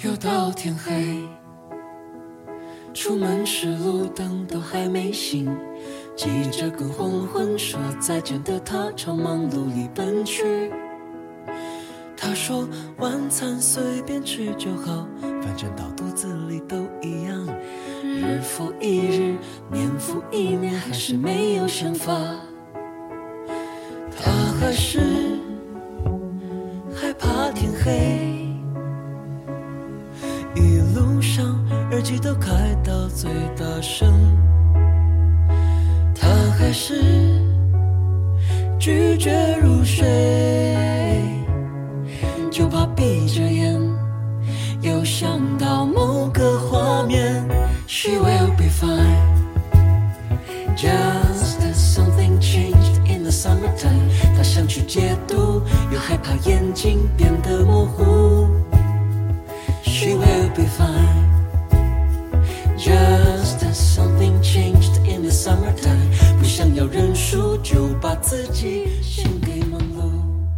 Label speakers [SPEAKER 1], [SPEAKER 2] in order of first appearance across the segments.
[SPEAKER 1] 又到天黑，出门时路灯都还没醒，记着跟黄昏说再见的他朝忙碌里奔去。他说晚餐随便吃就好，反正到肚子里都一样。日复一日，年复一年，还是没有想法。他还是害怕天黑，一路上耳机都开到最大声。他还是拒绝入睡，就怕闭着眼又想到某个画面。 She will be fine, just as something changed in the summertime。 他想去解读，又害怕眼睛变得模糊。 She will be fine, just as something changed in the summertime。 不想要认输，就把自己献给忙碌。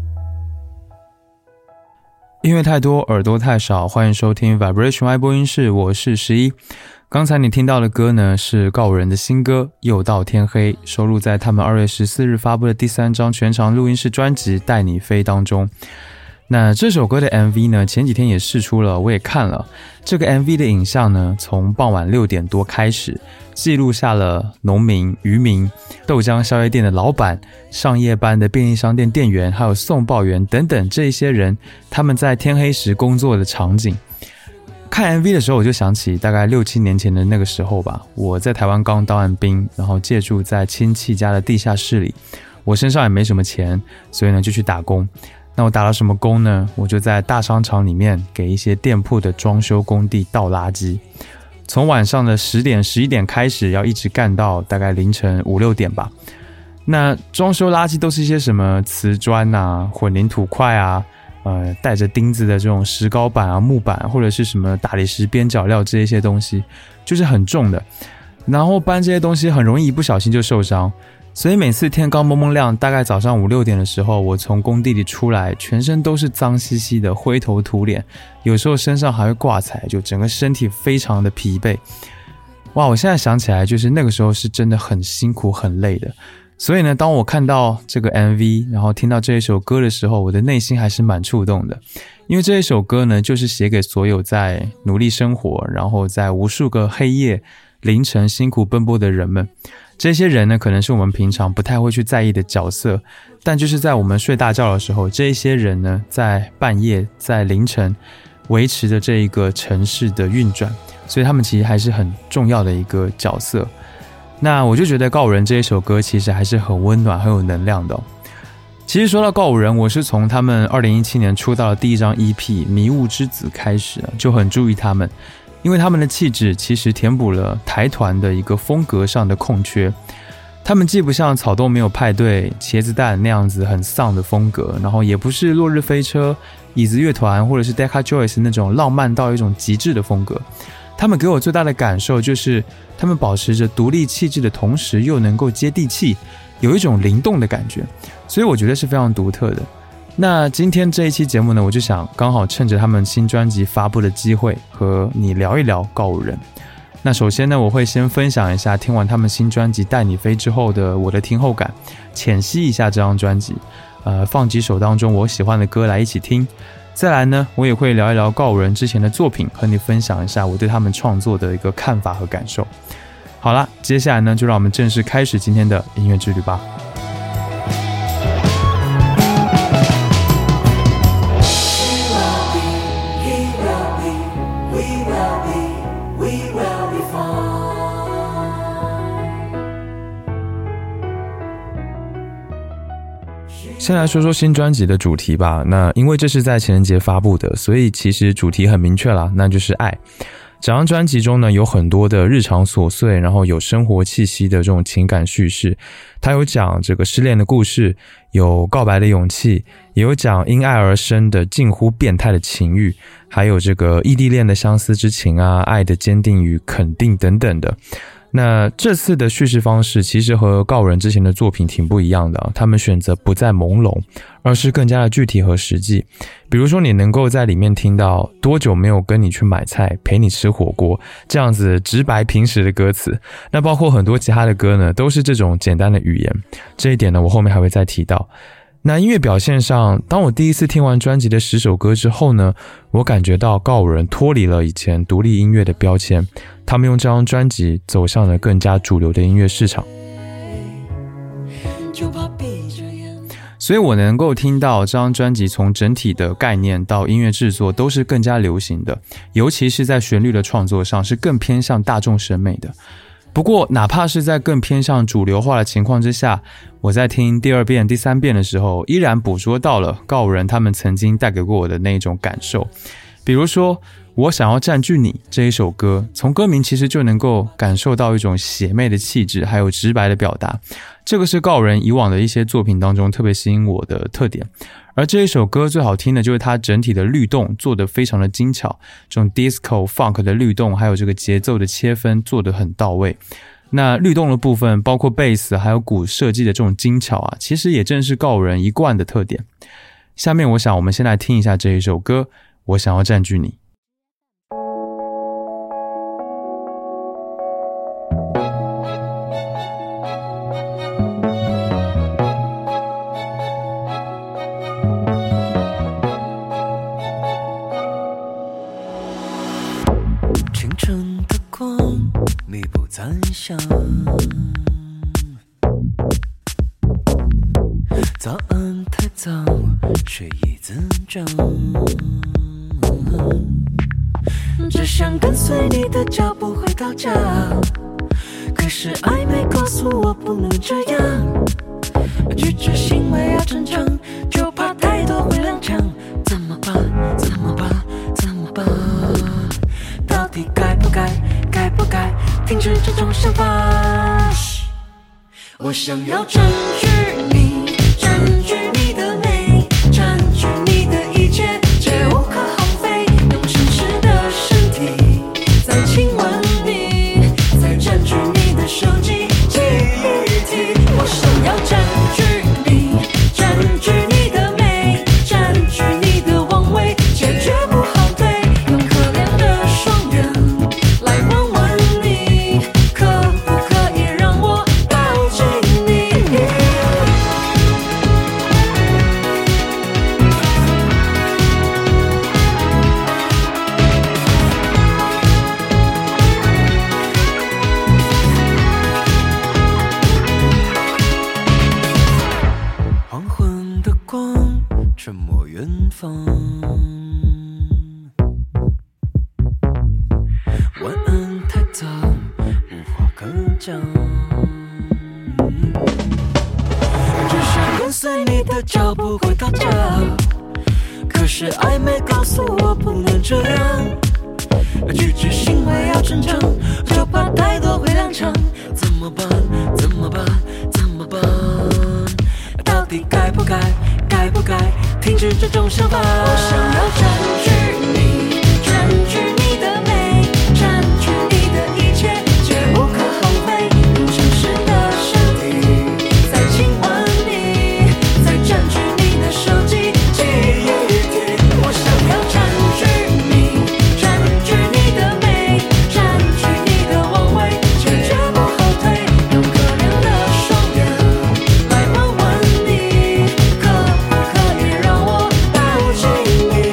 [SPEAKER 2] 音乐太多，耳朵太少，欢迎收听 Vibration Y 播音室，我是11。刚才你听到的歌呢，是告五人的新歌《又到天黑》，收录在他们2月14日发布的第3张全长录音室专辑《带你飞》当中。那这首歌的 MV 呢，前几天也释出了，我也看了。这个 MV 的影像呢，从傍晚6点多开始，记录下了农民、渔民、豆浆宵夜店的老板、上夜班的便利商店店员，还有送报员等等这一些人，他们在天黑时工作的场景。看 MV 的时候，我就想起大概6、7年前的那个时候吧，我在台湾刚当完兵，然后借住在亲戚家的地下室里，我身上也没什么钱，所以呢就去打工。那我打了什么工呢？我就在大商场里面给一些店铺的装修工地倒垃圾，从晚上的10点、11点开始，要一直干到大概凌晨5、6点吧。那装修垃圾都是一些什么瓷砖啊、混凝土块啊、带着钉子的这种石膏板啊、木板，或者是什么大理石边角料这一些东西，就是很重的。然后搬这些东西很容易一不小心就受伤，所以每次天刚蒙蒙亮，大概早上5、6点的时候，我从工地里出来，全身都是脏兮兮的，灰头土脸，有时候身上还会挂彩，就整个身体非常的疲惫。哇，我现在想起来，就是那个时候是真的很辛苦很累的。所以呢，当我看到这个 MV， 然后听到这一首歌的时候，我的内心还是蛮触动的。因为这一首歌呢，就是写给所有在努力生活，然后在无数个黑夜、凌晨辛苦奔波的人们。这些人呢，可能是我们平常不太会去在意的角色，但就是在我们睡大觉的时候，这一些人呢，在半夜、在凌晨维持着这一个城市的运转，所以他们其实还是很重要的一个角色。那我就觉得告五人这一首歌其实还是很温暖很有能量的其实说到告五人，我是从他们2017年出道的第一张 EP《迷雾之子》开始就很注意他们，因为他们的气质其实填补了台团的一个风格上的空缺。他们既不像草东没有派对、茄子蛋那样子很丧的风格，然后也不是落日飞车、椅子乐团或者是 Decca Joyce 那种浪漫到一种极致的风格。他们给我最大的感受就是他们保持着独立气质的同时又能够接地气，有一种灵动的感觉，所以我觉得是非常独特的。那今天这一期节目呢，我就想刚好趁着他们新专辑发布的机会和你聊一聊告五人。那首先呢，我会先分享一下听完他们新专辑《带你飞》之后的我的听后感，浅析一下这张专辑，放几首当中我喜欢的歌来一起听。再来呢，我也会聊一聊告五人之前的作品，和你分享一下我对他们创作的一个看法和感受。好啦，接下来呢，就让我们正式开始今天的音乐之旅吧。先来说说新专辑的主题吧。那因为这是在情人节发布的，所以其实主题很明确啦，那就是爱。整张专辑中呢，有很多的日常琐碎，然后有生活气息的这种情感叙事。它有讲这个失恋的故事，有告白的勇气，也有讲因爱而生的近乎变态的情欲，还有这个异地恋的相思之情啊，爱的坚定与肯定等等的。 那这次的叙事方式其实和告人之前的作品挺不一样的，他们选择不再朦胧，而是更加的具体和实际。比如说你能够在里面听到多久没有跟你去买菜，陪你吃火锅，这样子直白平实的歌词。那包括很多其他的歌呢，都是这种简单的语言。这一点呢，我后面还会再提到。那音乐表现上，当我第一次听完专辑的10首歌之后呢，我感觉到告五人脱离了以前独立音乐的标签，他们用这张专辑走向了更加主流的音乐市场。所以我能够听到这张专辑从整体的概念到音乐制作都是更加流行的，尤其是在旋律的创作上是更偏向大众审美的。不过哪怕是在更偏向主流化的情况之下，我在听第2遍第3遍的时候，依然捕捉到了告五人他们曾经带给过我的那种感受。比如说我想要占据你这一首歌，从歌名其实就能够感受到一种邪魅的气质，还有直白的表达，这个是告五人以往的一些作品当中特别吸引我的特点。而这一首歌最好听的就是它整体的律动做得非常的精巧，这种 disco funk 的律动还有这个节奏的切分做得很到位。那律动的部分包括贝斯还有鼓设计的这种精巧啊，其实也正是告五人一贯的特点。下面我想我们先来听一下这一首歌，我想要占据你。
[SPEAKER 1] 清晨的光弥补残响，早安太早，睡意增长，只想跟随你的脚步回到家，可是暧昧告诉我不能这样，拒绝行为要正常，就怕太多会踉跄，怎么办怎么办怎么办，到底该不该该不该停止这种想法。我想要占据你，占据你的美，占据你的一切，却无可厚非，用诚实的身体再亲吻你，再占据你的手机记忆体。我想要占据你，占据你的美，占据你的妄为，却绝不后退，用可怜的双眼来问问你，可不可以让我抱紧你。黄昏的光沉没远方，晚安太早，无话可讲，只想跟随你的脚步回到家，可是暧昧告诉我不能这样，拒绝行为要正常，就怕太多会踉跄，怎么办怎么办怎么办，到底该不该该不该停止这种想法。我想要占据你，占据你的美，占据你的一切，却无可厚非，用诚实的身体再亲吻你，再占据你的手机记忆体。我想要占据你，占据你的美，占据你的妄为，却绝不后退，用可怜的双眼来问问你，可不可以让我抱紧你。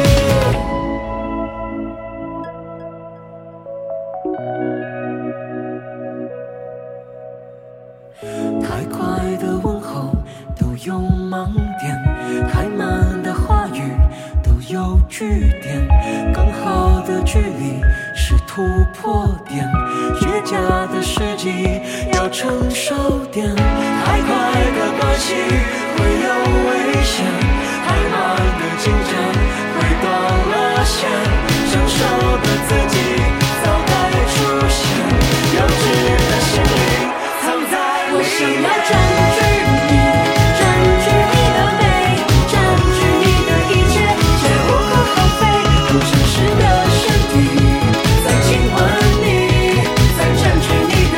[SPEAKER 1] 太快的问候都有盲点，太慢的话语都有句点，刚好的距离是突破点，越假的时机要成熟点，太快的关系会有危险，太慢的紧张会断了线，成熟的自己早该出现，幼稚的心灵藏在我想要占据你，占据你的美，占据你的一切，却无可厚非，用诚实的身体再亲吻你，再占据你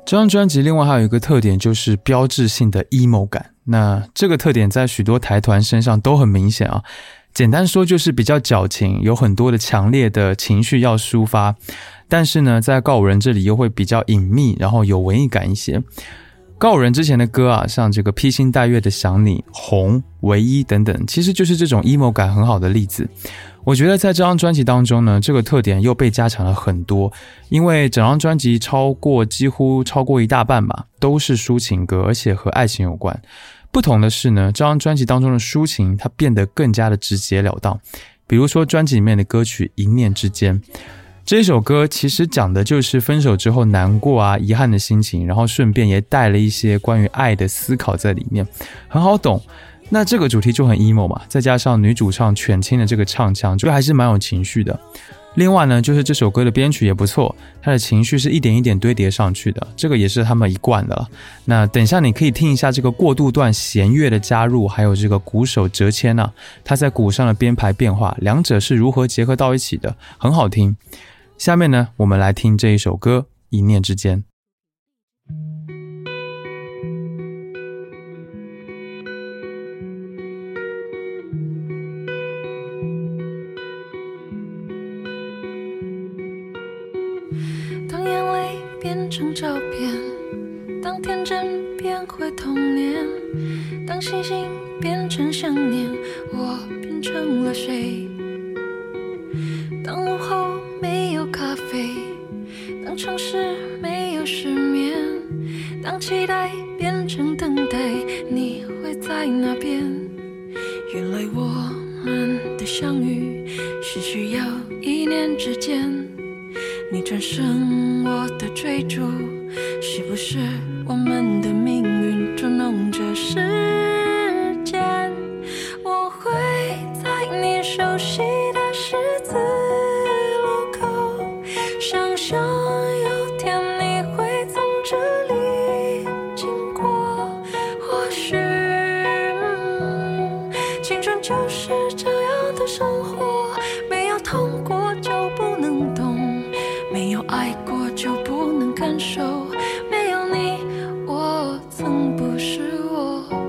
[SPEAKER 2] 这张专辑另外还有一个特点，就是标志性的 emo 感。那这个特点在许多台团身上都很明显啊。简单说就是比较矫情，有很多的强烈的情绪要抒发，但是呢，在告五人这里又会比较隐秘，然后有文艺感一些。告五人之前的歌啊，像这个披星戴月的想你、红、唯一等等，其实就是这种 emo 感很好的例子。我觉得在这张专辑当中呢，这个特点又被加强了很多，因为整张专辑几乎超过一大半吧，都是抒情歌，而且和爱情有关。不同的是呢，这张专辑当中的抒情它变得更加的直截了当。比如说专辑里面的歌曲《一念之间》，这一首歌其实讲的就是分手之后难过啊、遗憾的心情，然后顺便也带了一些关于爱的思考在里面，很好懂。那这个主题就很 emo 嘛，再加上女主唱犬青的这个唱腔，就还是蛮有情绪的。另外呢，就是这首歌的编曲也不错，它的情绪是一点一点堆叠上去的，这个也是他们一贯的了。那等一下你可以听一下这个过渡段弦乐的加入，还有这个鼓手哲谦啊，他在鼓上的编排变化，两者是如何结合到一起的，很好听。下面呢，我们来听这一首歌《一念之间》。
[SPEAKER 1] 当眼泪变成照片，当天真变回童年，当星星变成想念，我变成了谁？当午后没有咖啡，当城市没有失眠，当期待变成等待，你会在哪边？原来我们的相遇是需要一念之间，你转身我的追逐，是不是我们的命运捉弄着时间？我会在你熟悉的十字路口，想象有天你会从这里经过。或许青春就是这样的生活，没有痛过就不能懂，没有爱过就不能感受，没有你我曾不是我。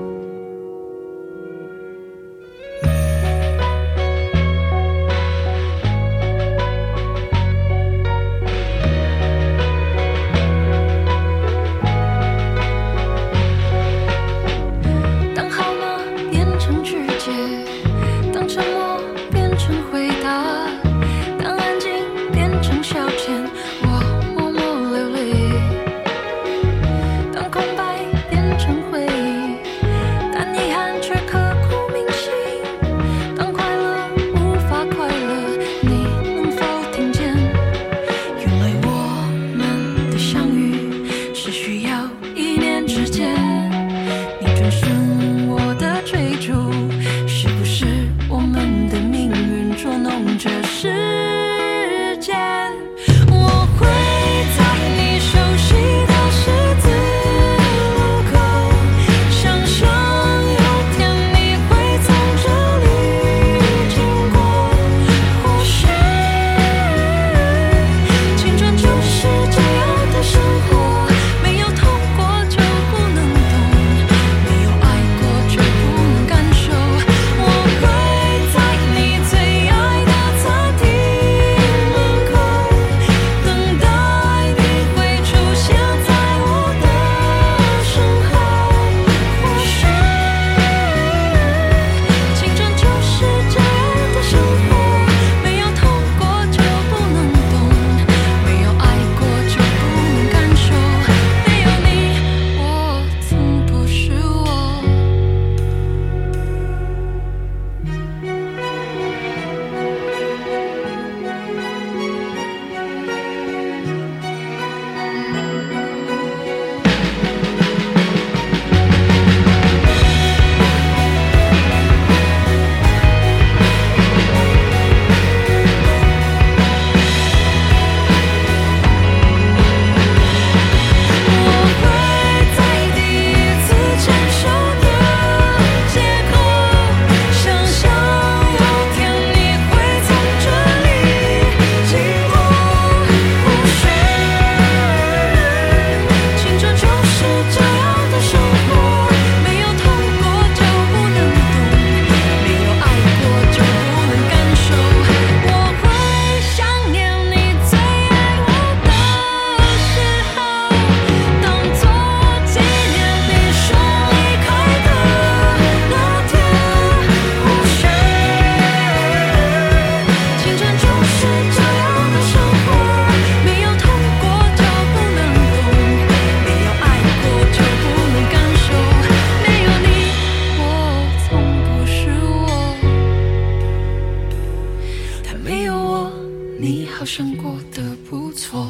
[SPEAKER 1] 你好像过得不错。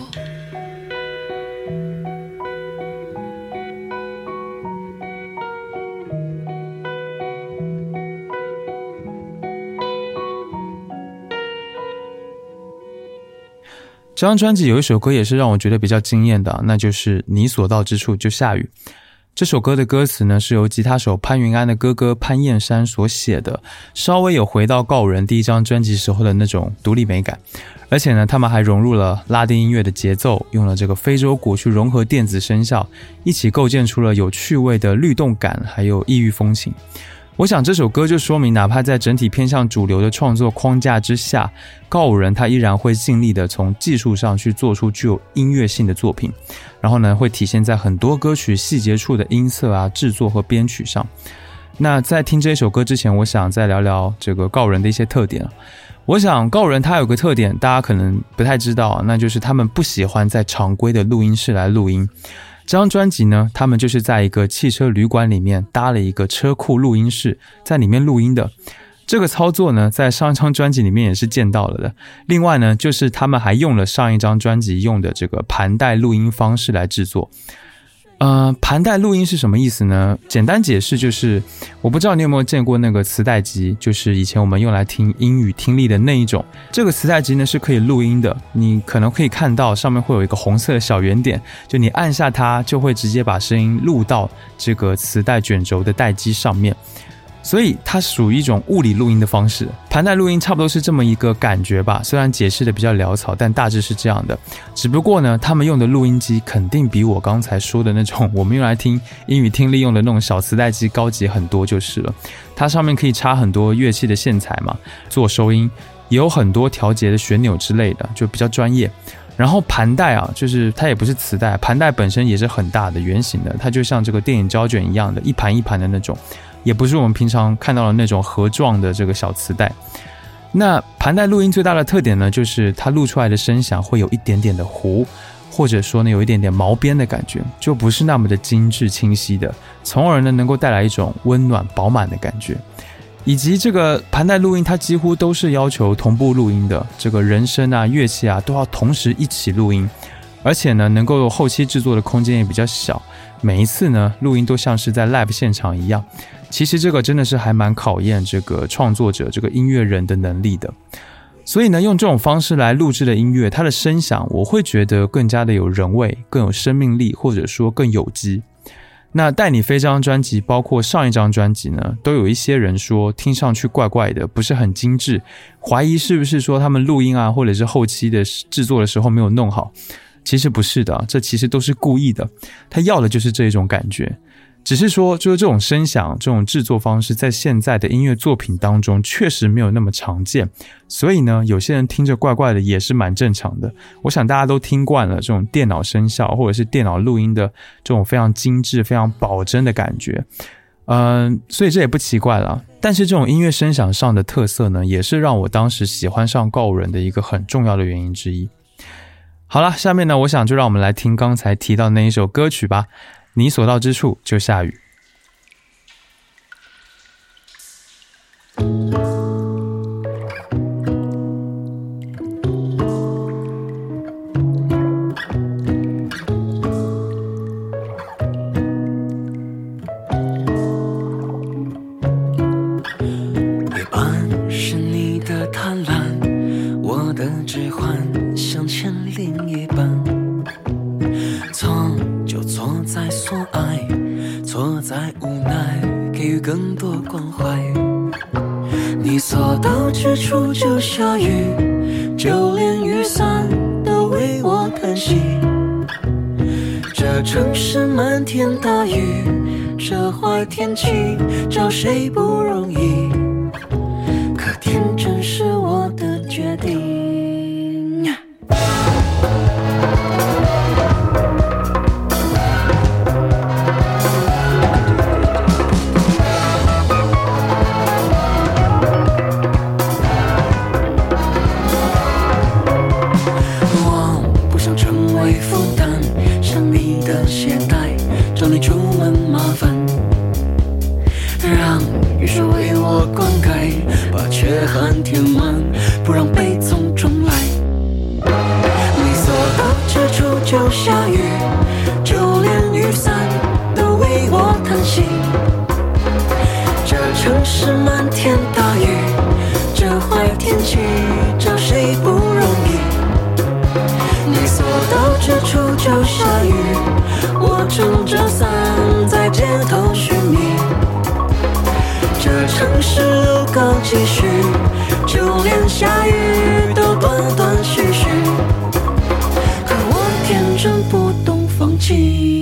[SPEAKER 2] 这张专辑有一首歌也是让我觉得比较惊艳的，那就是你所到之处就下雨。这首歌的歌词呢是由吉他手潘云安的哥哥潘燕山所写的，稍微有回到告五人第一张专辑时候的那种独立美感，而且呢他们还融入了拉丁音乐的节奏，用了这个非洲鼓去融合电子声效，一起构建出了有趣味的律动感还有异域风情。我想这首歌就说明，哪怕在整体偏向主流的创作框架之下，告五人他依然会尽力的从技术上去做出具有音乐性的作品，然后呢会体现在很多歌曲细节处的音色啊、制作和编曲上。那在听这首歌之前，我想再聊聊这个告五人的一些特点。我想告五人他有个特点大家可能不太知道，那就是他们不喜欢在常规的录音室来录音。这张专辑呢，他们就是在一个汽车旅馆里面搭了一个车库录音室，在里面录音的。这个操作呢，在上一张专辑里面也是见到了的。另外呢，就是他们还用了上一张专辑用的这个盘带录音方式来制作。盘带录音是什么意思呢？简单解释就是，我不知道你有没有见过那个磁带机，就是以前我们用来听英语听力的那一种。这个磁带机呢是可以录音的，你可能可以看到上面会有一个红色的小圆点，就你按下它就会直接把声音录到这个磁带卷轴的带机上面。所以它属于一种物理录音的方式，盘带录音差不多是这么一个感觉吧，虽然解释的比较潦草，但大致是这样的。只不过呢，他们用的录音机肯定比我刚才说的那种我们用来听英语听力用的那种小磁带机高级很多就是了。它上面可以插很多乐器的线材嘛，做收音，也有很多调节的旋钮之类的，就比较专业。然后盘带啊，就是它也不是磁带，盘带本身也是很大的圆形的，它就像这个电影胶卷一样的，一盘一盘的那种，也不是我们平常看到的那种盒状的这个小磁带。那盘带录音最大的特点呢，就是它录出来的声响会有一点点的糊，或者说呢有一点点毛边的感觉，就不是那么的精致清晰的，从而呢能够带来一种温暖饱满的感觉。以及这个盘带录音它几乎都是要求同步录音的，这个人声啊乐器啊都要同时一起录音，而且呢能够后期制作的空间也比较小，每一次呢录音都像是在 live 现场一样。其实这个真的是还蛮考验这个创作者这个音乐人的能力的。所以呢用这种方式来录制的音乐，它的声响我会觉得更加的有人味，更有生命力，或者说更有机。那带你飞这张专辑包括上一张专辑呢，都有一些人说听上去怪怪的，不是很精致，怀疑是不是说他们录音啊或者是后期的制作的时候没有弄好。其实不是的，这其实都是故意的，他要的就是这一种感觉。只是说就是这种声响这种制作方式在现在的音乐作品当中确实没有那么常见，所以呢有些人听着怪怪的也是蛮正常的。我想大家都听惯了这种电脑声效或者是电脑录音的这种非常精致非常保真的感觉，所以这也不奇怪了。但是这种音乐声响上的特色呢，也是让我当时喜欢上告五人的一个很重要的原因之一。好了，下面呢我想就让我们来听刚才提到的那一首歌曲吧，你所到之处就下雨。
[SPEAKER 1] 一半是你的贪婪，我的只幻想欠另一半，错就错在所爱，错在无奈，给予更多关怀。你所到之处就下雨，就连雨伞都为我叹息。这城市漫天大雨，这坏天气找谁不容易，可天真是我的决定。找你出门麻烦，让雨水为我灌溉，把缺憾填满。 散在街头寻觅，这城市路高继续，就连下雨都断断续续，可我天真不懂放弃。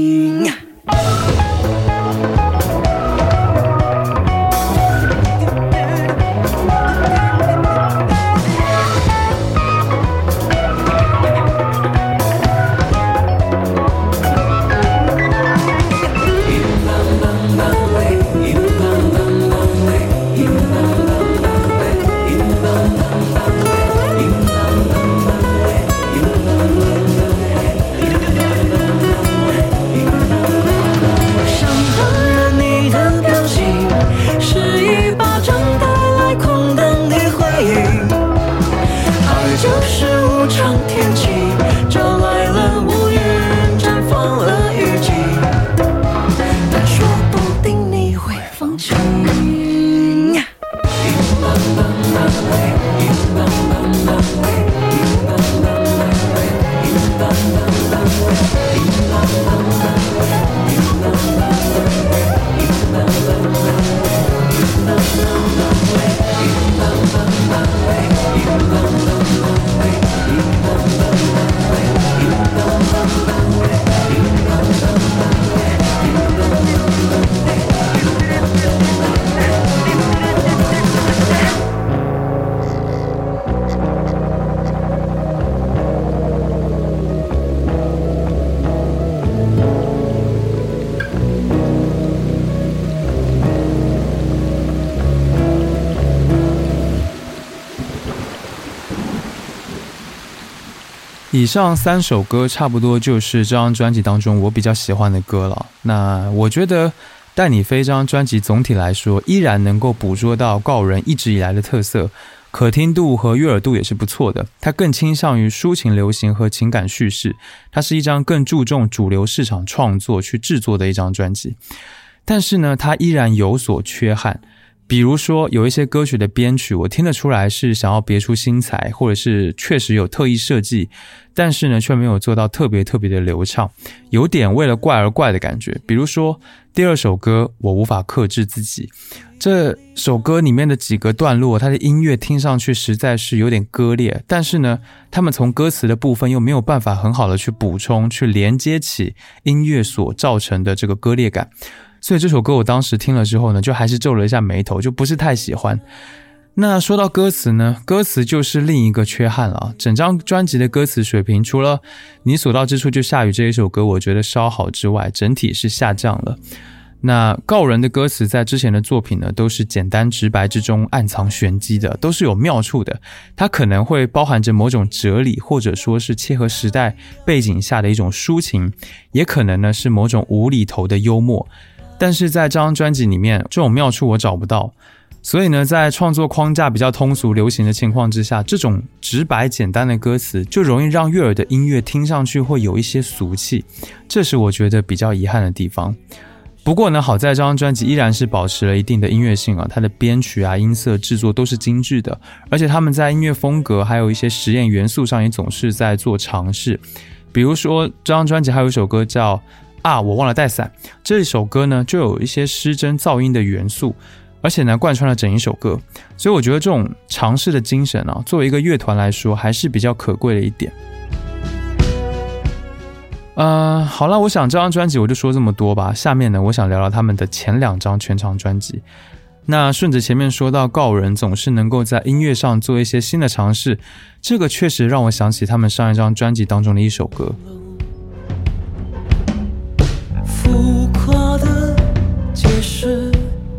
[SPEAKER 2] 以上3首歌差不多就是这张专辑当中我比较喜欢的歌了。那我觉得带你飞这张专辑总体来说依然能够捕捉到告五人一直以来的特色，可听度和悦耳度也是不错的。它更倾向于抒情流行和情感叙事，它是一张更注重主流市场创作去制作的一张专辑。但是呢，它依然有所缺憾。比如说有一些歌曲的编曲我听得出来是想要别出心裁，或者是确实有特意设计，但是呢却没有做到特别的流畅，有点为了怪而怪的感觉。比如说第2首歌我无法克制自己，这首歌里面的几个段落它的音乐听上去实在是有点割裂，但是呢他们从歌词的部分又没有办法很好的去补充去连接起音乐所造成的这个割裂感，所以这首歌我当时听了之后呢就还是皱了一下眉头，就不是太喜欢。那说到歌词呢，歌词就是另一个缺憾了。整张专辑的歌词水平除了你所到之处就下雨这一首歌我觉得稍好之外，整体是下降了。那告五人的歌词在之前的作品呢都是简单直白之中暗藏玄机的，都是有妙处的，它可能会包含着某种哲理，或者说是切合时代背景下的一种抒情，也可能呢是某种无厘头的幽默。但是在这张专辑里面这种妙处我找不到，所以呢在创作框架比较通俗流行的情况之下，这种直白简单的歌词就容易让悦耳的音乐听上去会有一些俗气，这是我觉得比较遗憾的地方。不过呢好在这张专辑依然是保持了一定的音乐性啊，它的编曲啊音色制作都是精致的，而且他们在音乐风格还有一些实验元素上也总是在做尝试。比如说这张专辑还有一首歌叫我忘了带伞，这首歌呢就有一些失真噪音的元素，而且呢贯穿了整一首歌，所以我觉得这种尝试的精神啊，作为一个乐团来说还是比较可贵的一点。好了，我想这张专辑我就说这么多吧。下面呢我想聊聊他们的前2张全长专辑。那顺着前面说到告五人总是能够在音乐上做一些新的尝试，这个确实让我想起他们上一张专辑当中的一首歌。
[SPEAKER 1] 浮夸的解释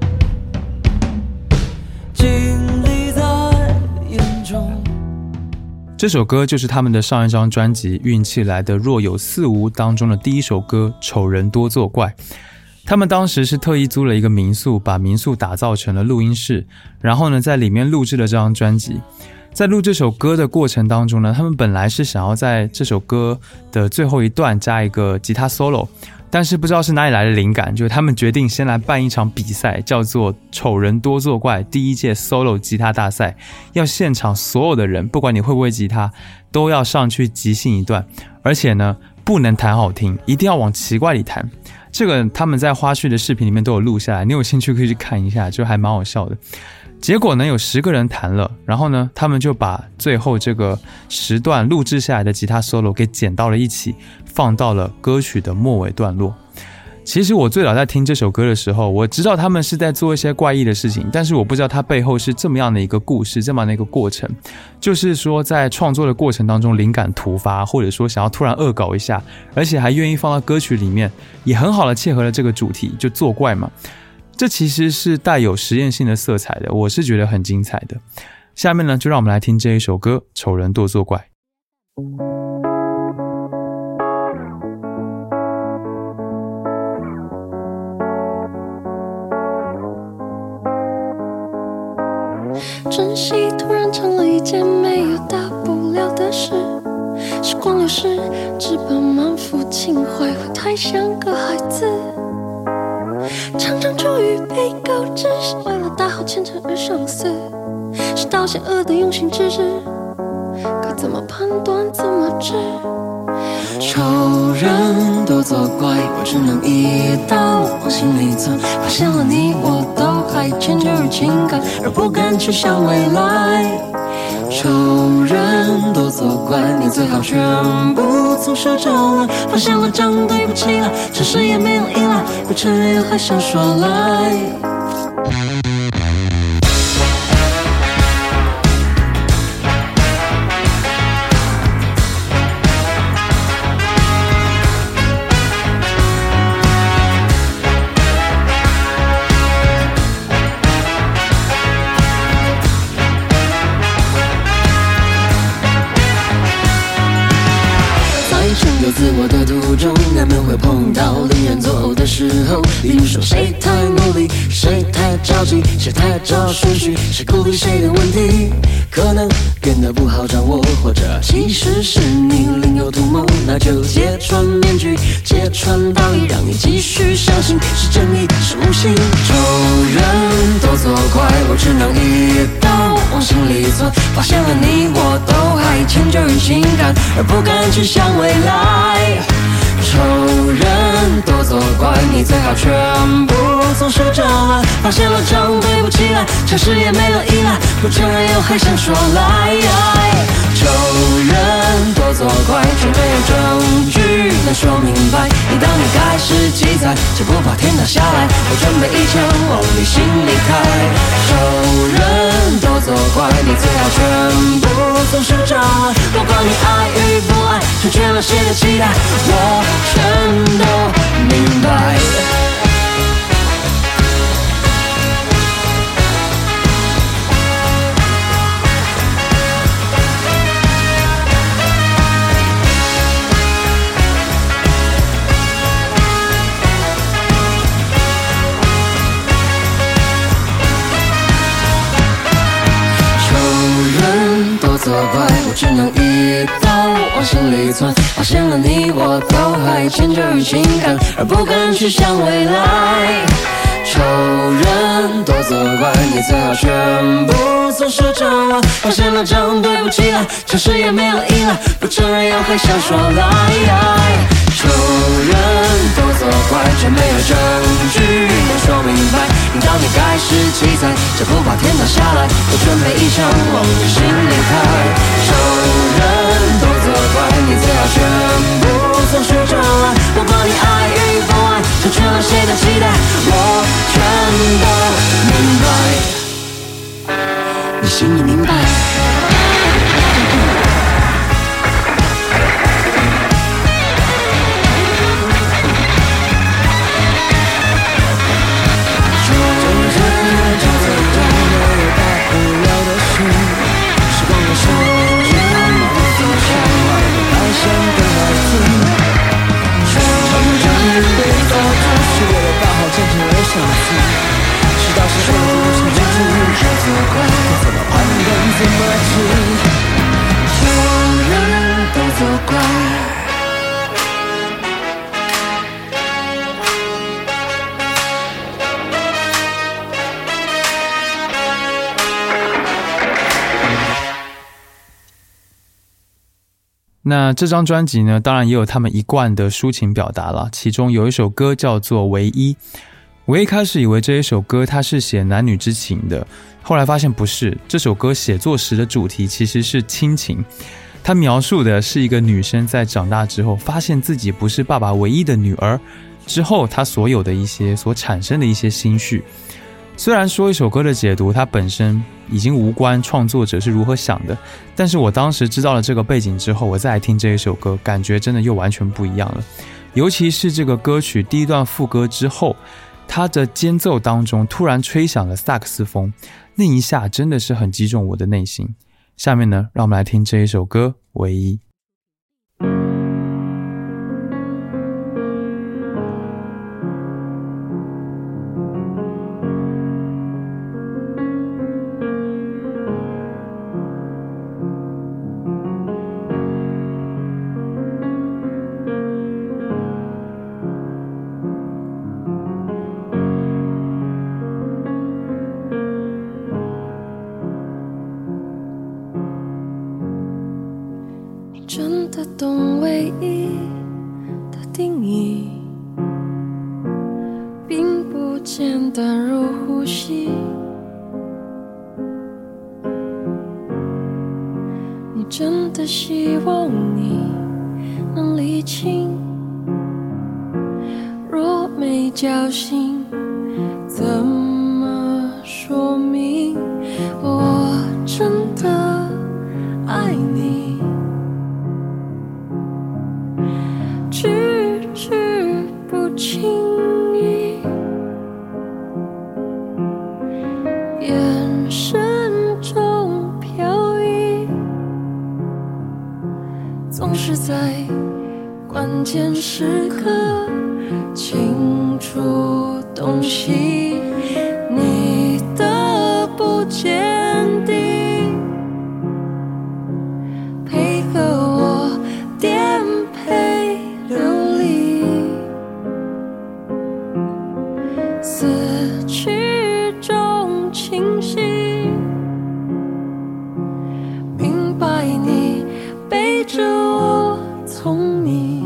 [SPEAKER 1] 经历在眼中，
[SPEAKER 2] 这首歌就是他们的上一张专辑运气来的若有似无当中的第1首歌丑人多作怪。他们当时是特意租了一个民宿，把民宿打造成了录音室，然后呢在里面录制了这张专辑。在录这首歌的过程当中呢，他们本来是想要在这首歌的最后一段加一个吉他 solo， 但是不知道是哪里来的灵感，就是他们决定先来办一场比赛，叫做丑人多作怪第1届 solo 吉他大赛，要现场所有的人不管你会不会吉他都要上去即兴一段，而且呢不能弹好听，一定要往奇怪里弹。这个他们在花絮的视频里面都有录下来，你有兴趣可以去看一下，就还蛮好笑的。结果呢，有10个人弹了，然后呢，他们就把最后这个10段录制下来的吉他 solo 给剪到了一起，放到了歌曲的末尾段落。其实我最早在听这首歌的时候，我知道他们是在做一些怪异的事情，但是我不知道它背后是这么样的一个故事，这么样的一个过程，就是说在创作的过程当中灵感突发，或者说想要突然恶搞一下，而且还愿意放到歌曲里面，也很好的切合了这个主题，就作怪嘛。这其实是带有实验性的色彩的，我是觉得很精彩的。下面呢，就让我们来听这一首歌《丑人多作怪》。
[SPEAKER 1] 珍惜突然成了一件没有大不了的事，时光流逝，只把满腹情怀会太像个孩子，常常出于被告知是为了大好前程而上司，是道险恶的用心之至，该怎么判断怎么治？仇人多作怪，我只能一刀往心里钻，发现了你我都还迁就于情感，而不敢去想未来。仇人多作怪，你最好全部从手肘来，发现了账对不起来，诚实也没有依赖，不承认又还想说来。自我的途中，难免会碰到令人作呕的时候。例如说，谁太努力，谁太着急，谁太照顺序，谁顾虑谁的问题，可能变得不好掌握，或者其实是你另有图谋，那就揭穿面具，揭穿道义，让你继续相信是正义是无形。仇人多作怪，我只能一刀往心里钻，发现了你我都还迁就于情感，而不敢去想未来。仇人多作怪，你最好全部从手掌来，发现了账对不起来，诚实也没了依赖，不承认又还想说来。仇人多作怪，却没有证据能说明白，你当你盖世奇才，却不怕天塌下来，我准备一枪往你心里开。仇人多作怪，你最好全部从手掌来，不管你爱与不爱，成全了谁的期待，我全都明白。作怪，我只能一刀往心里钻，发现了你我都还迁就于情感，而不敢去想未来。仇人多作怪，你最好全部从手掌来，发现了账对不起来，诚实也没了依赖，不承认又还想说来。仇人多作怪，却没有证据能说明白，你到底盖世奇才，这不怕天塌下来，我准备一枪往你心里开。仇人多作怪，你最好全部从手掌来，不管你爱与不爱，成全了谁的期待，我全都明白，你心里明白。
[SPEAKER 2] 那这张专辑呢，当然也有他们一贯的抒情表达了，其中有一首歌叫做《唯一》。我一开始以为这一首歌它是写男女之情的，后来发现不是，这首歌写作时的主题其实是亲情。它描述的是一个女生在长大之后，发现自己不是爸爸唯一的女儿之后，她所产生的一些心绪。虽然说一首歌的解读它本身已经无关创作者是如何想的，但是我当时知道了这个背景之后，我再来听这一首歌，感觉真的又完全不一样了。尤其是这个歌曲第一段副歌之后，它的间奏当中突然吹响了萨克斯风，那一下真的是很击中我的内心。下面呢，让我们来听这一首歌《唯一》。
[SPEAKER 1] 真的懂唯一的定义，并不简单如呼吸。你真的希望你能理清，若没交心，怎么说明我真的爱你？句句不轻易，眼神中飘逸，总是在关键时刻清楚洞悉你的不坚定，配合我颠沛流离，死去中清晰，明白你背着我从你。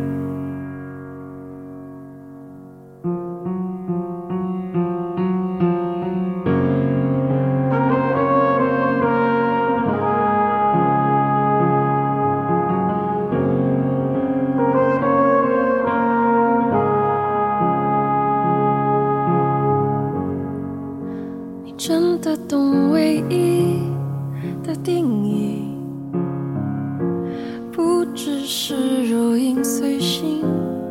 [SPEAKER 1] 真的懂唯一的定义，不只是如影随形。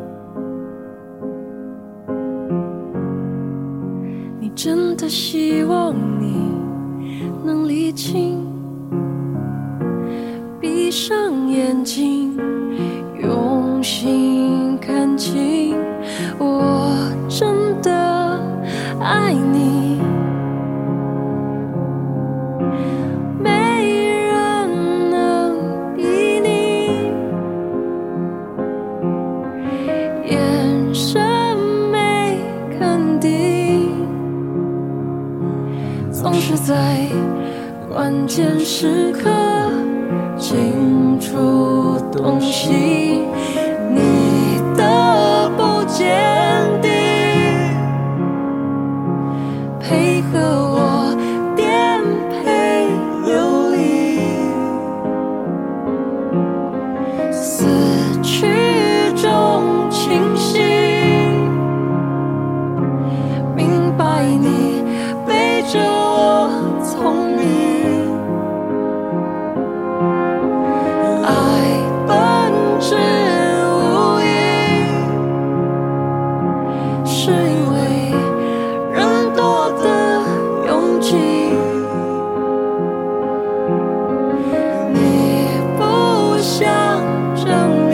[SPEAKER 1] 你真的希望你能理清，闭上眼睛，用心看清，我真的爱你。总是在关键时刻清楚洞悉你的不坚定，配合我颠沛流离，死去中清晰，明白你背着我从你，爱本质无意，是因为人多的拥挤，你不想证明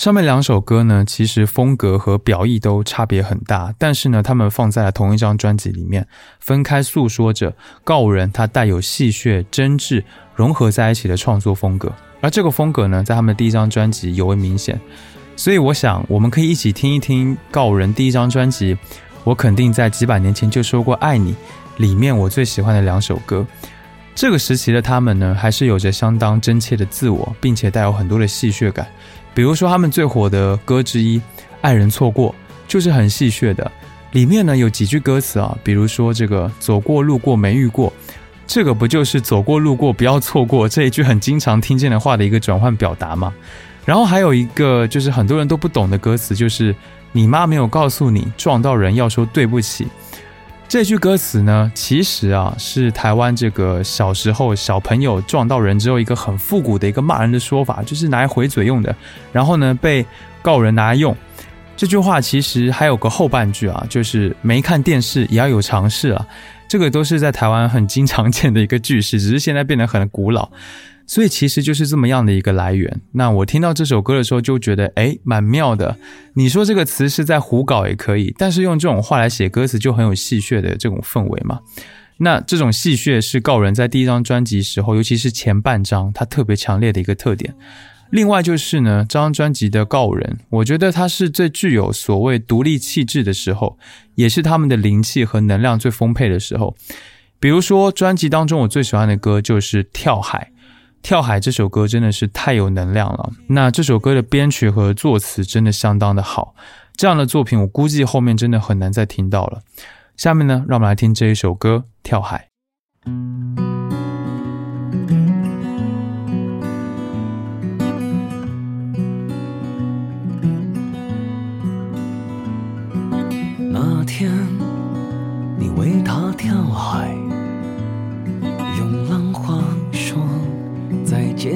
[SPEAKER 2] 上面2首歌呢，其实风格和表意都差别很大，但是呢，他们放在了同一张专辑里面，分开诉说着告五人他带有戏谑、真挚融合在一起的创作风格。而这个风格呢，在他们第一张专辑尤为明显。所以我想，我们可以一起听一听告五人第一张专辑《我肯定在几百年前就说过爱你》里面我最喜欢的2首歌。这个时期的他们呢，还是有着相当真切的自我，并且带有很多的戏谑感。比如说他们最火的歌之一《爱人错过》就是很戏谑的，里面呢有几句歌词啊，比如说这个走过路过没遇过，这个不就是走过路过不要错过这一句很经常听见的话的一个转换表达吗？然后还有一个就是很多人都不懂的歌词，就是你妈没有告诉你撞到人要说对不起。这句歌词呢，其实啊是台湾这个小时候小朋友撞到人之后一个很复古的一个骂人的说法，就是拿来回嘴用的，然后呢被告人拿来用。这句话其实还有个后半句啊，就是没看电视也要有常识啊，这个都是在台湾很经常见的一个句式，只是现在变得很古老。所以其实就是这么样的一个来源。那我听到这首歌的时候就觉得蛮妙的。你说这个词是在胡搞也可以，但是用这种话来写歌词就很有戏谑的这种氛围嘛。那这种戏谑是告人在第一张专辑时候，尤其是前半张它特别强烈的一个特点。另外就是呢，这张专辑的告人，我觉得它是最具有所谓独立气质的时候，也是他们的灵气和能量最丰沛的时候。比如说专辑当中我最喜欢的歌就是跳海。跳海这首歌真的是太有能量了，那这首歌的编曲和作词真的相当的好，这样的作品我估计后面真的很难再听到了。下面呢，让我们来听这一首歌《跳海》。
[SPEAKER 1] 那天你为他跳海，用浪花说再见。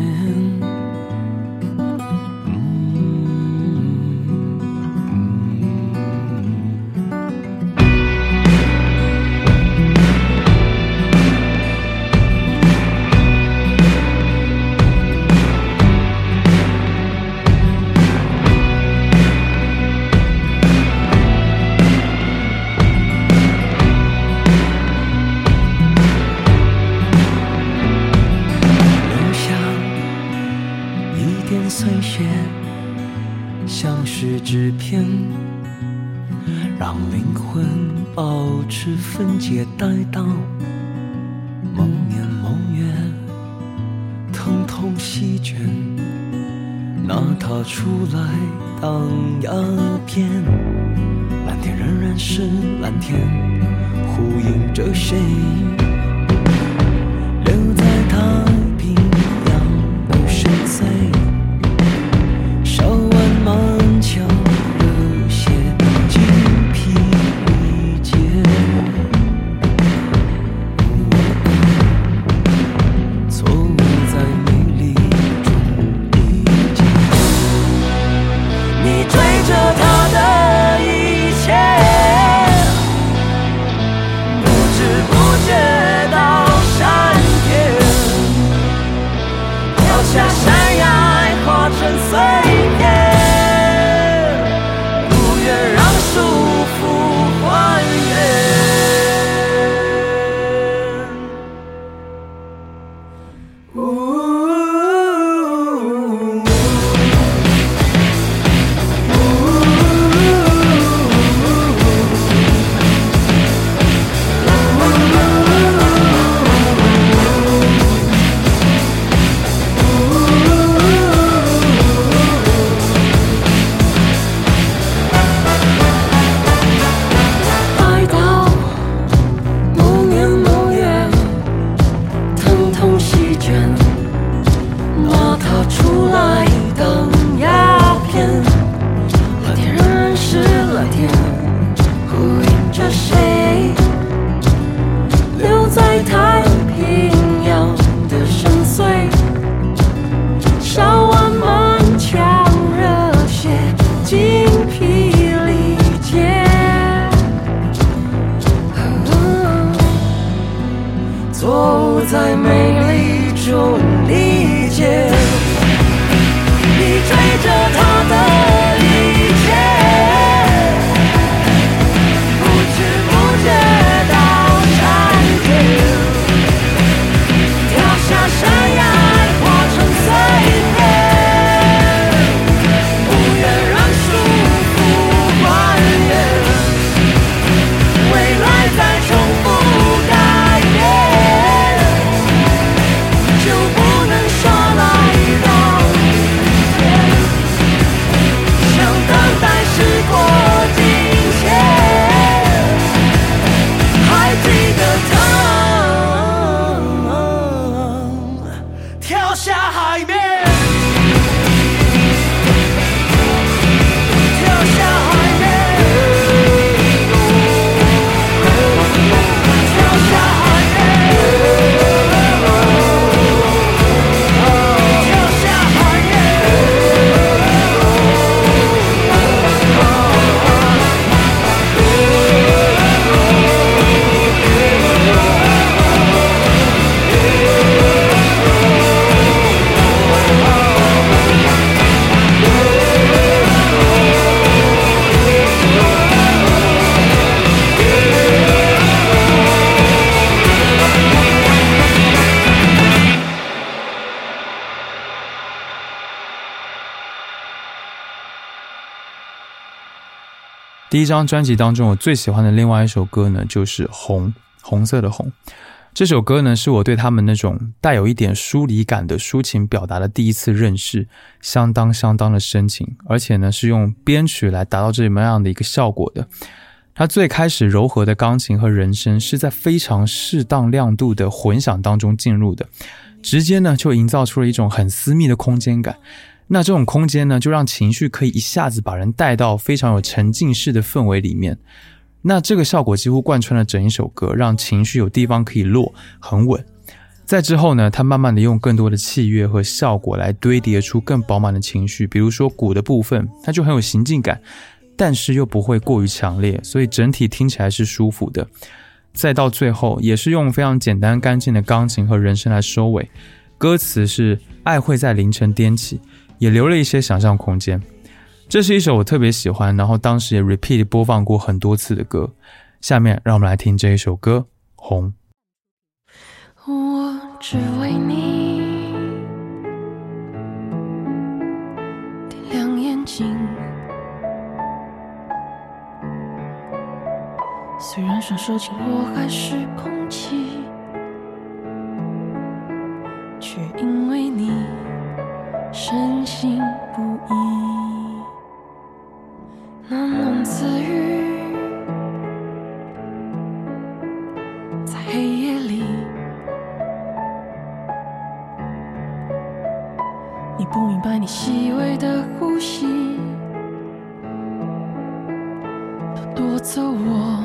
[SPEAKER 1] 纸片让灵魂保持分解，待到梦年梦月，疼痛席卷，拿它出来当鸦片。蓝天仍然是蓝天，呼应着谁？留在太平洋的深邃，烧完满腔热血，精疲力竭。错误在美丽中理解，你追着他的一切，不知不觉到山巅，跳下山崖，化成碎片。在美丽中理解，你追着他
[SPEAKER 2] 第一张专辑当中我最喜欢的另外一首歌呢，就是红，红色的红。这首歌呢，是我对他们那种带有一点疏离感的抒情表达的第一次认识，相当的深情，而且呢是用编曲来达到这么样的一个效果的。它最开始柔和的钢琴和人声是在非常适当亮度的混响当中进入的，直接呢就营造出了一种很私密的空间感。那这种空间呢，就让情绪可以一下子把人带到非常有沉浸式的氛围里面。那这个效果几乎贯穿了整一首歌，让情绪有地方可以落，很稳。在之后呢，他慢慢的用更多的器乐和效果来堆叠出更饱满的情绪，比如说鼓的部分，它就很有行进感，但是又不会过于强烈，所以整体听起来是舒服的。再到最后，也是用非常简单干净的钢琴和人声来收尾，歌词是爱会在凌晨颠起，也留了一些想象空间。这是一首我特别喜欢，然后当时也 repeat 播放过很多次的歌。下面让我们来听这一首歌，红。
[SPEAKER 1] 我只为你点亮眼睛，虽然双手紧握还是空气，却因为你深信不疑。喃喃自语，在黑夜里，你不明白你细微的呼吸，都夺走我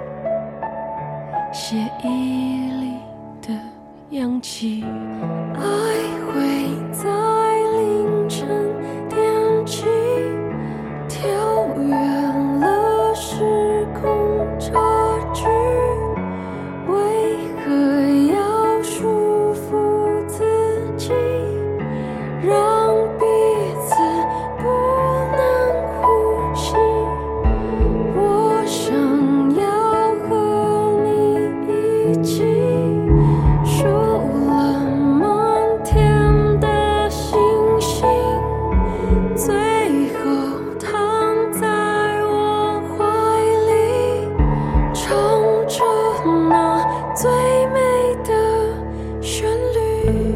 [SPEAKER 1] 血液里的氧气。爱会在凌晨点起，跳跃了时空差距，为何要束缚自己，让彼此不能呼吸。我想要和你一起数了满天的星星，最后躺在我怀里，唱着那最美的旋律。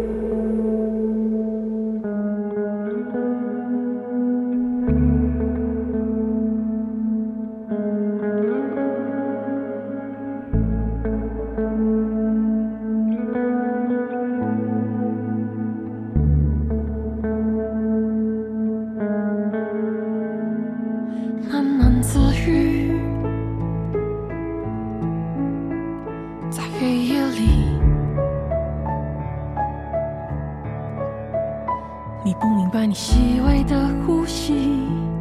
[SPEAKER 1] 喃喃自语，在黑夜里，你不明白你细微的呼吸，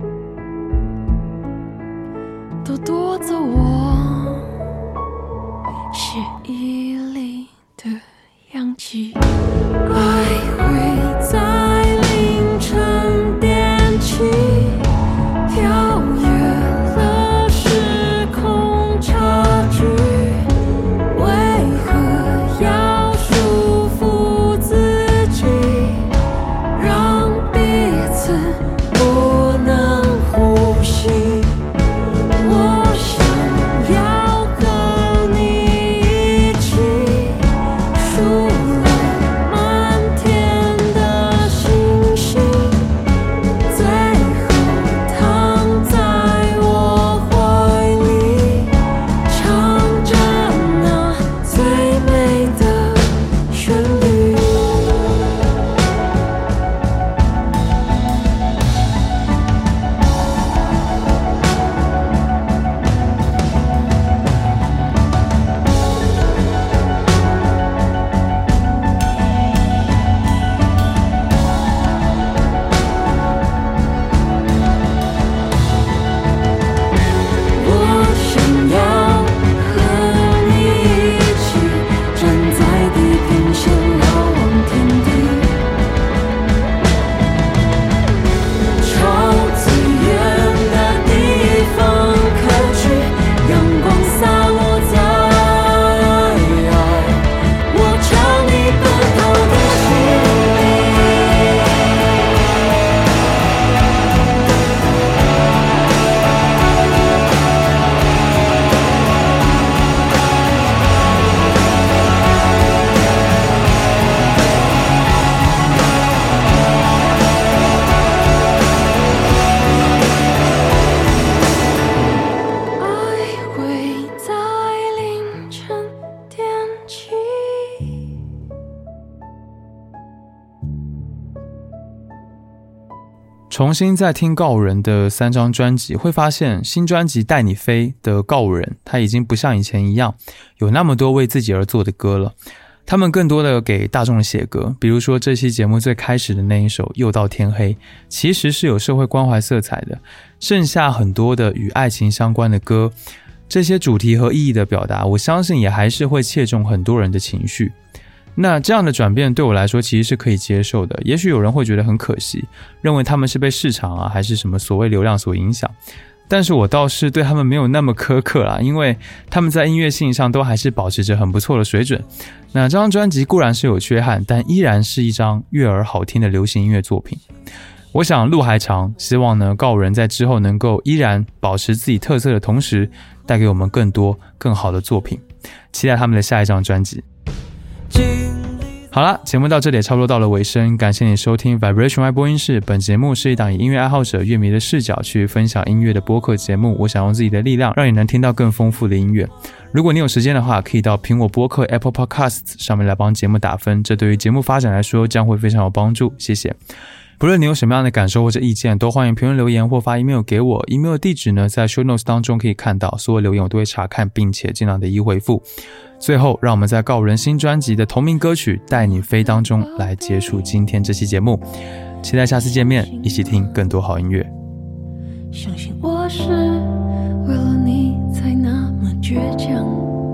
[SPEAKER 1] 都夺走我血液里的氧气。爱会在凌晨点起，跳跃了时空差距，为何要束缚自己，让彼此不能呼吸。我想要和你一起数了满
[SPEAKER 2] 重新再听告五人的3张专辑，会发现新专辑《带你飞》的告五人他已经不像以前一样有那么多为自己而做的歌了，他们更多的给大众写歌，比如说这期节目最开始的那一首《又到天黑》，其实是有社会关怀色彩的，剩下很多的与爱情相关的歌，这些主题和意义的表达，我相信也还是会切中很多人的情绪。那这样的转变对我来说其实是可以接受的，也许有人会觉得很可惜，认为他们是被市场还是什么所谓流量所影响，但是我倒是对他们没有那么苛刻啦，因为他们在音乐性上都还是保持着很不错的水准。那这张专辑固然是有缺憾，但依然是一张悦耳好听的流行音乐作品。我想路还长，希望呢告五人在之后能够依然保持自己特色的同时，带给我们更多更好的作品，期待他们的下一张专辑。好啦，节目到这里也差不多到了尾声，感谢你收听 Vibration Y 播音室。本节目是一档以音乐爱好者乐迷的视角去分享音乐的播客节目，我想用自己的力量让你能听到更丰富的音乐。如果你有时间的话，可以到苹果播客 Apple Podcasts 上面来帮节目打分，这对于节目发展来说将会非常有帮助，谢谢。不论你有什么样的感受或者意见，都欢迎评论留言或发 email 给我， email 地址呢在 show notes 当中可以看到，所有留言我都会查看并且尽量的一一回复。最后让我们在告五人新专辑的同名歌曲《带你飞》当中来结束今天这期节目，期待下次见面，一起听更多好音乐。
[SPEAKER 1] 相信我是为了你才那么倔强，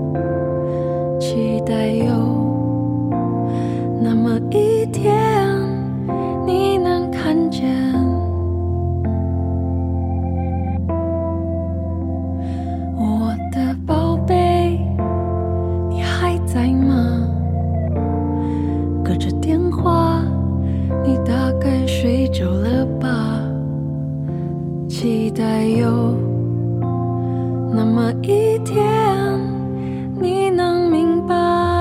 [SPEAKER 1] 期待有那么一天你能看见我的宝贝，你还在吗？隔着电话，你大概睡着了吧？期待有那么一天你能明白，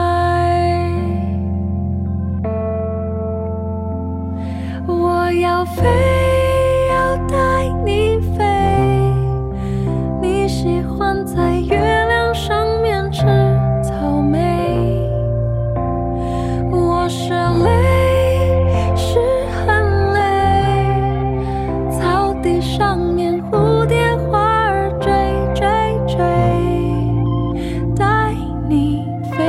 [SPEAKER 1] 我要飞，要带你飞，你喜欢在月亮上面吃草莓，我是累，是很累，草地上面蝴蝶花儿追追追，带你飞。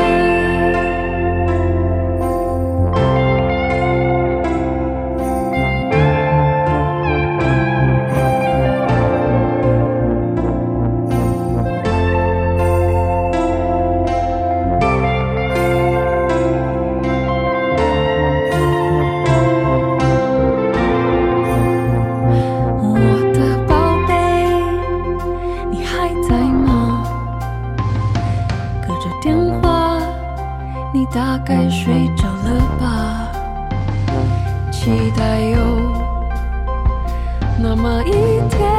[SPEAKER 1] 我的宝贝，你还在吗？隔着电话，你大概睡着了吧？期待有那么一天